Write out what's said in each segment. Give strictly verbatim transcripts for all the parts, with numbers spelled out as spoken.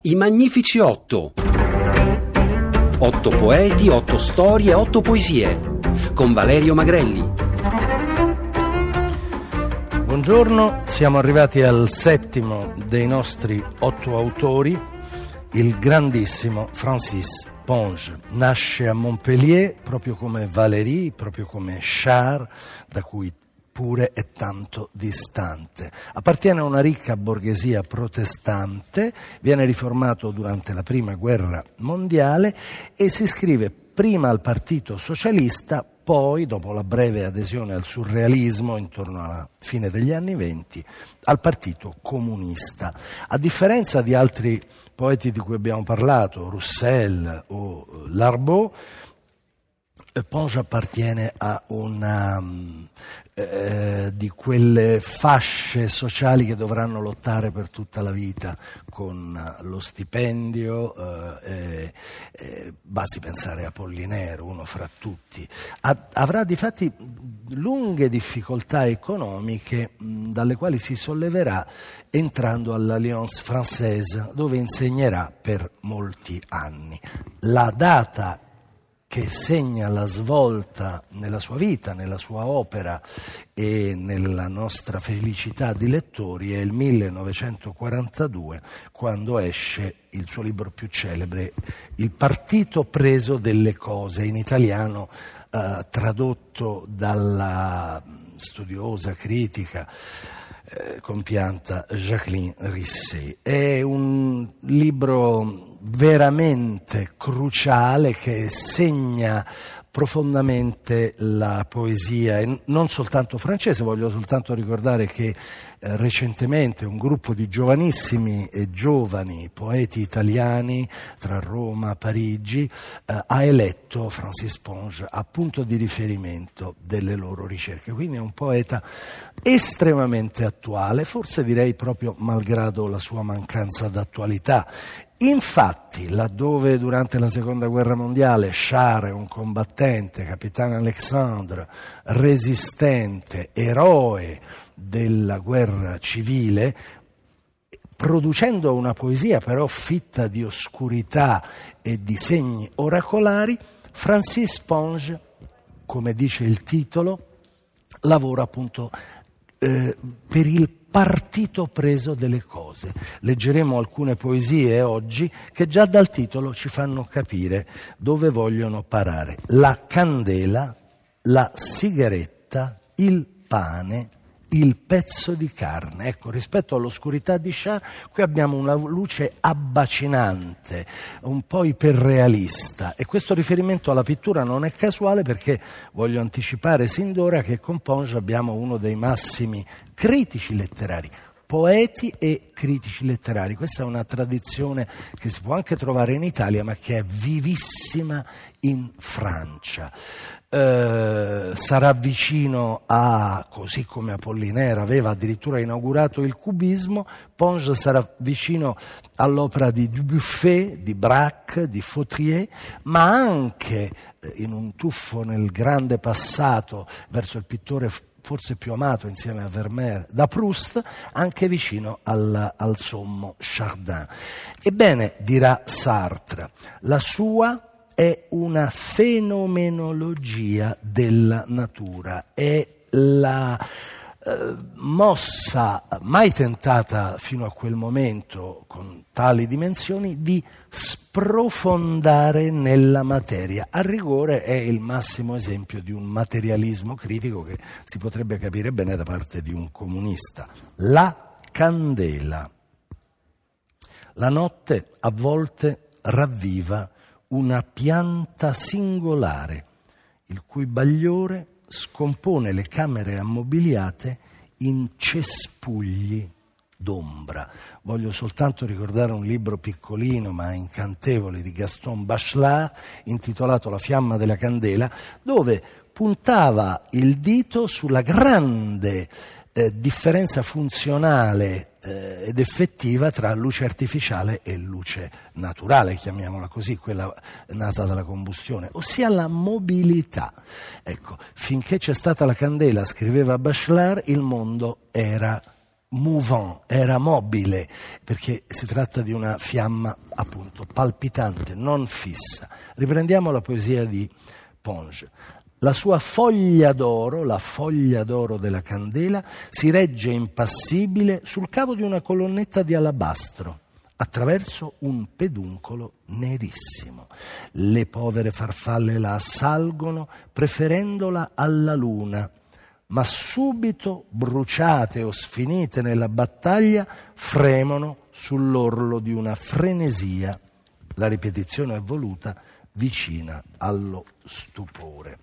I Magnifici Otto. Otto poeti, otto storie, otto poesie. Con Valerio Magrelli. Buongiorno, siamo arrivati al settimo dei nostri otto autori, il grandissimo Francis Ponge. Nasce a Montpellier, proprio come Valéry, proprio come Charles, da cui pure è tanto distante. Appartiene a una ricca borghesia protestante, viene riformato durante la Prima Guerra Mondiale e si iscrive prima al Partito Socialista, poi, dopo la breve adesione al surrealismo intorno alla fine degli anni venti, al Partito Comunista. A differenza di altri poeti di cui abbiamo parlato, Roussel o Larbaud, Ponge appartiene a una eh, di quelle fasce sociali che dovranno lottare per tutta la vita con lo stipendio, eh, eh, basti pensare a Apollinaire, uno fra tutti. Ha, avrà difatti lunghe difficoltà economiche mh, dalle quali si solleverà entrando all'Alliance Française, dove insegnerà per molti anni. La data che segna la svolta nella sua vita, nella sua opera e nella nostra felicità di lettori è il millenovecentoquarantadue, quando esce il suo libro più celebre, Il partito preso delle cose, in italiano eh, tradotto dalla studiosa critica eh, compianta Jacqueline Risset. È un libro veramente cruciale che segna profondamente la poesia, e non soltanto francese. Voglio soltanto ricordare che eh, recentemente un gruppo di giovanissimi e giovani poeti italiani tra Roma e Parigi eh, ha eletto Francis Ponge a punto di riferimento delle loro ricerche. Quindi è un poeta estremamente attuale, forse direi proprio malgrado la sua mancanza d'attualità. Infatti, laddove durante la Seconda Guerra Mondiale Charles è un combattente, capitano Alexandre, resistente, eroe della guerra civile, producendo una poesia però fitta di oscurità e di segni oracolari, Francis Ponge, come dice il titolo, lavora appunto eh, per il partito preso delle cose. Leggeremo alcune poesie oggi che già dal titolo ci fanno capire dove vogliono parare. La candela, la sigaretta, il pane, il pezzo di carne. Ecco, rispetto all'oscurità di Charles, qui abbiamo una luce abbacinante, un po' iperrealista, e questo riferimento alla pittura non è casuale, perché voglio anticipare sin d'ora che con Ponge abbiamo uno dei massimi critici letterari, poeti e critici letterari. Questa è una tradizione che si può anche trovare in Italia, ma che è vivissima in Francia. Eh, sarà vicino a, così come Apollinaire aveva addirittura inaugurato il cubismo, Ponge sarà vicino all'opera di Dubuffet, di Braque, di Fautrier, ma anche eh, in un tuffo nel grande passato verso il pittore forse più amato insieme a Vermeer da Proust, anche vicino al, al sommo Chardin. Ebbene, dirà Sartre, la sua è una fenomenologia della natura, è la eh, mossa mai tentata fino a quel momento con tali dimensioni di sprofondare nella materia. A rigore è il massimo esempio di un materialismo critico che si potrebbe capire bene da parte di un comunista. La candela. La notte a volte ravviva una pianta singolare, il cui bagliore scompone le camere ammobiliate in cespugli d'ombra. Voglio soltanto ricordare un libro piccolino ma incantevole di Gaston Bachelard intitolato La fiamma della candela, dove puntava il dito sulla grande eh, differenza funzionale eh, ed effettiva tra luce artificiale e luce naturale, chiamiamola così, quella nata dalla combustione, ossia la mobilità. Ecco, finché c'è stata la candela, scriveva Bachelard, il mondo era mouvant, era mobile, perché si tratta di una fiamma appunto palpitante, non fissa. Riprendiamo la poesia di Ponge. La sua foglia d'oro, la foglia d'oro della candela, si regge impassibile sul cavo di una colonnetta di alabastro, attraverso un peduncolo nerissimo. Le povere farfalle la assalgono, preferendola alla luna, ma subito, bruciate o sfinite nella battaglia, fremono sull'orlo di una frenesia. La ripetizione è voluta, vicina allo stupore.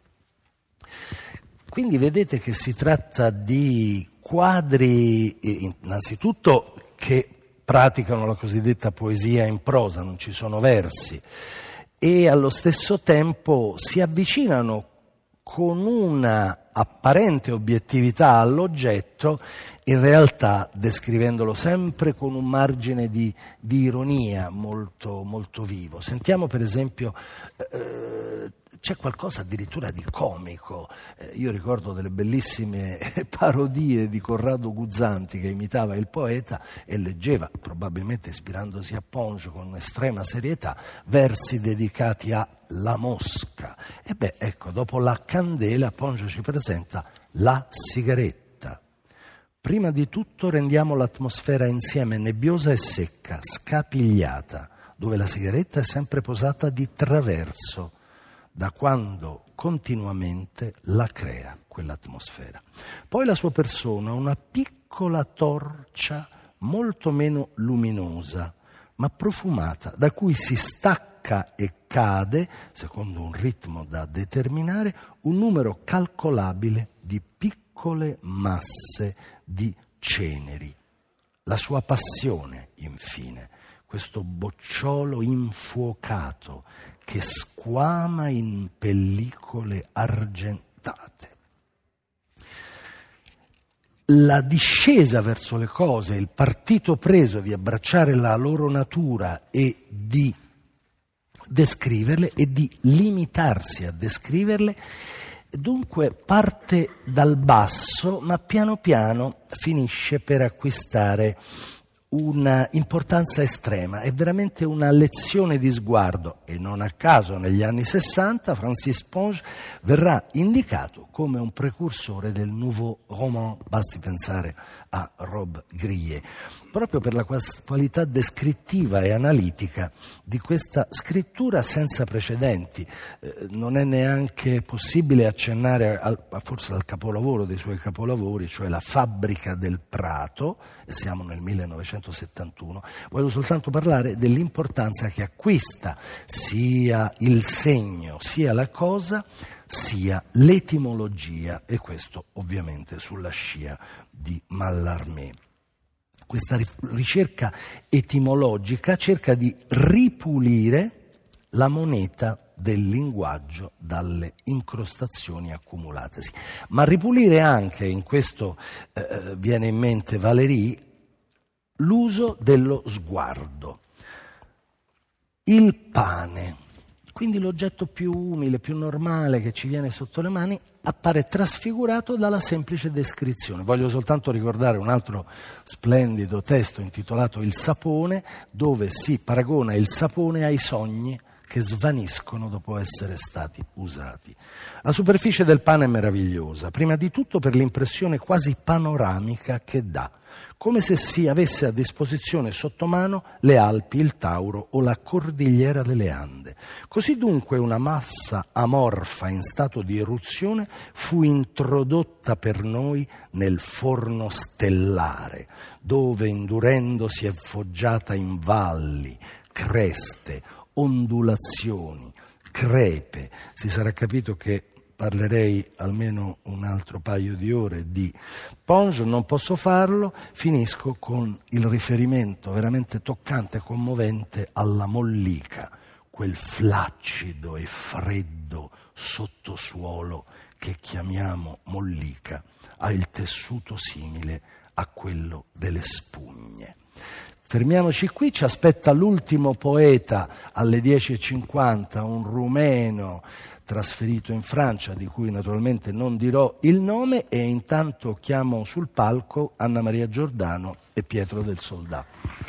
Quindi vedete che si tratta di quadri, innanzitutto, che praticano la cosiddetta poesia in prosa, non ci sono versi, e allo stesso tempo si avvicinano con una apparente obiettività all'oggetto, in realtà descrivendolo sempre con un margine di, di ironia molto, molto vivo. Sentiamo per esempio, eh, c'è qualcosa addirittura di comico. Eh, io ricordo delle bellissime parodie di Corrado Guzzanti che imitava il poeta e leggeva, probabilmente ispirandosi a Ponge con estrema serietà, versi dedicati a La Mosca. E beh, ecco, dopo la candela Ponge ci presenta la sigaretta. Prima di tutto rendiamo l'atmosfera insieme nebbiosa e secca, scapigliata, dove la sigaretta è sempre posata di traverso, da quando continuamente la crea quell'atmosfera. Poi la sua persona, una piccola torcia molto meno luminosa, ma profumata, da cui si stacca e cade, secondo un ritmo da determinare, un numero calcolabile di piccole masse di ceneri. La sua passione, infine, questo bocciolo infuocato che squama in pellicole argentate. La discesa verso le cose, il partito preso di abbracciare la loro natura e di descriverle e di limitarsi a descriverle, dunque parte dal basso, ma piano piano finisce per acquistare una importanza estrema. È veramente una lezione di sguardo, e non a caso negli anni sessanta Francis Ponge verrà indicato come un precursore del nouveau roman, basti pensare a Rob Grillet, proprio per la qualità descrittiva e analitica di questa scrittura senza precedenti. Eh, non è neanche possibile accennare al, forse al capolavoro dei suoi capolavori, cioè La fabbrica del prato, e siamo nel millenovecentosettantuno. Voglio soltanto parlare dell'importanza che acquista sia il segno, sia la cosa, sia l'etimologia, e questo ovviamente sulla scia di Mallarmé. Questa ricerca etimologica cerca di ripulire la moneta del linguaggio dalle incrostazioni accumulatesi, ma ripulire anche, in questo eh, viene in mente Valéry, l'uso dello sguardo. Il pane, quindi l'oggetto più umile, più normale che ci viene sotto le mani, appare trasfigurato dalla semplice descrizione. Voglio soltanto ricordare un altro splendido testo intitolato Il sapone, dove si paragona il sapone ai sogni che svaniscono dopo essere stati usati. La superficie del pane è meravigliosa, prima di tutto per l'impressione quasi panoramica che dà, come se si avesse a disposizione sotto mano le Alpi, il Tauro o la cordigliera delle Ande. Così dunque una massa amorfa in stato di eruzione fu introdotta per noi nel forno stellare, dove indurendo si è foggiata in valli, creste, ondulazioni, crepe. Si sarà capito che parlerei almeno un altro paio di ore di Ponge, non posso farlo, finisco con il riferimento veramente toccante e commovente alla mollica, quel flaccido e freddo sottosuolo che chiamiamo mollica, ha il tessuto simile a quello delle spugne. Fermiamoci qui, ci aspetta l'ultimo poeta alle dieci e cinquanta, un rumeno trasferito in Francia, di cui naturalmente non dirò il nome, e intanto chiamo sul palco Anna Maria Giordano e Pietro del Soldà.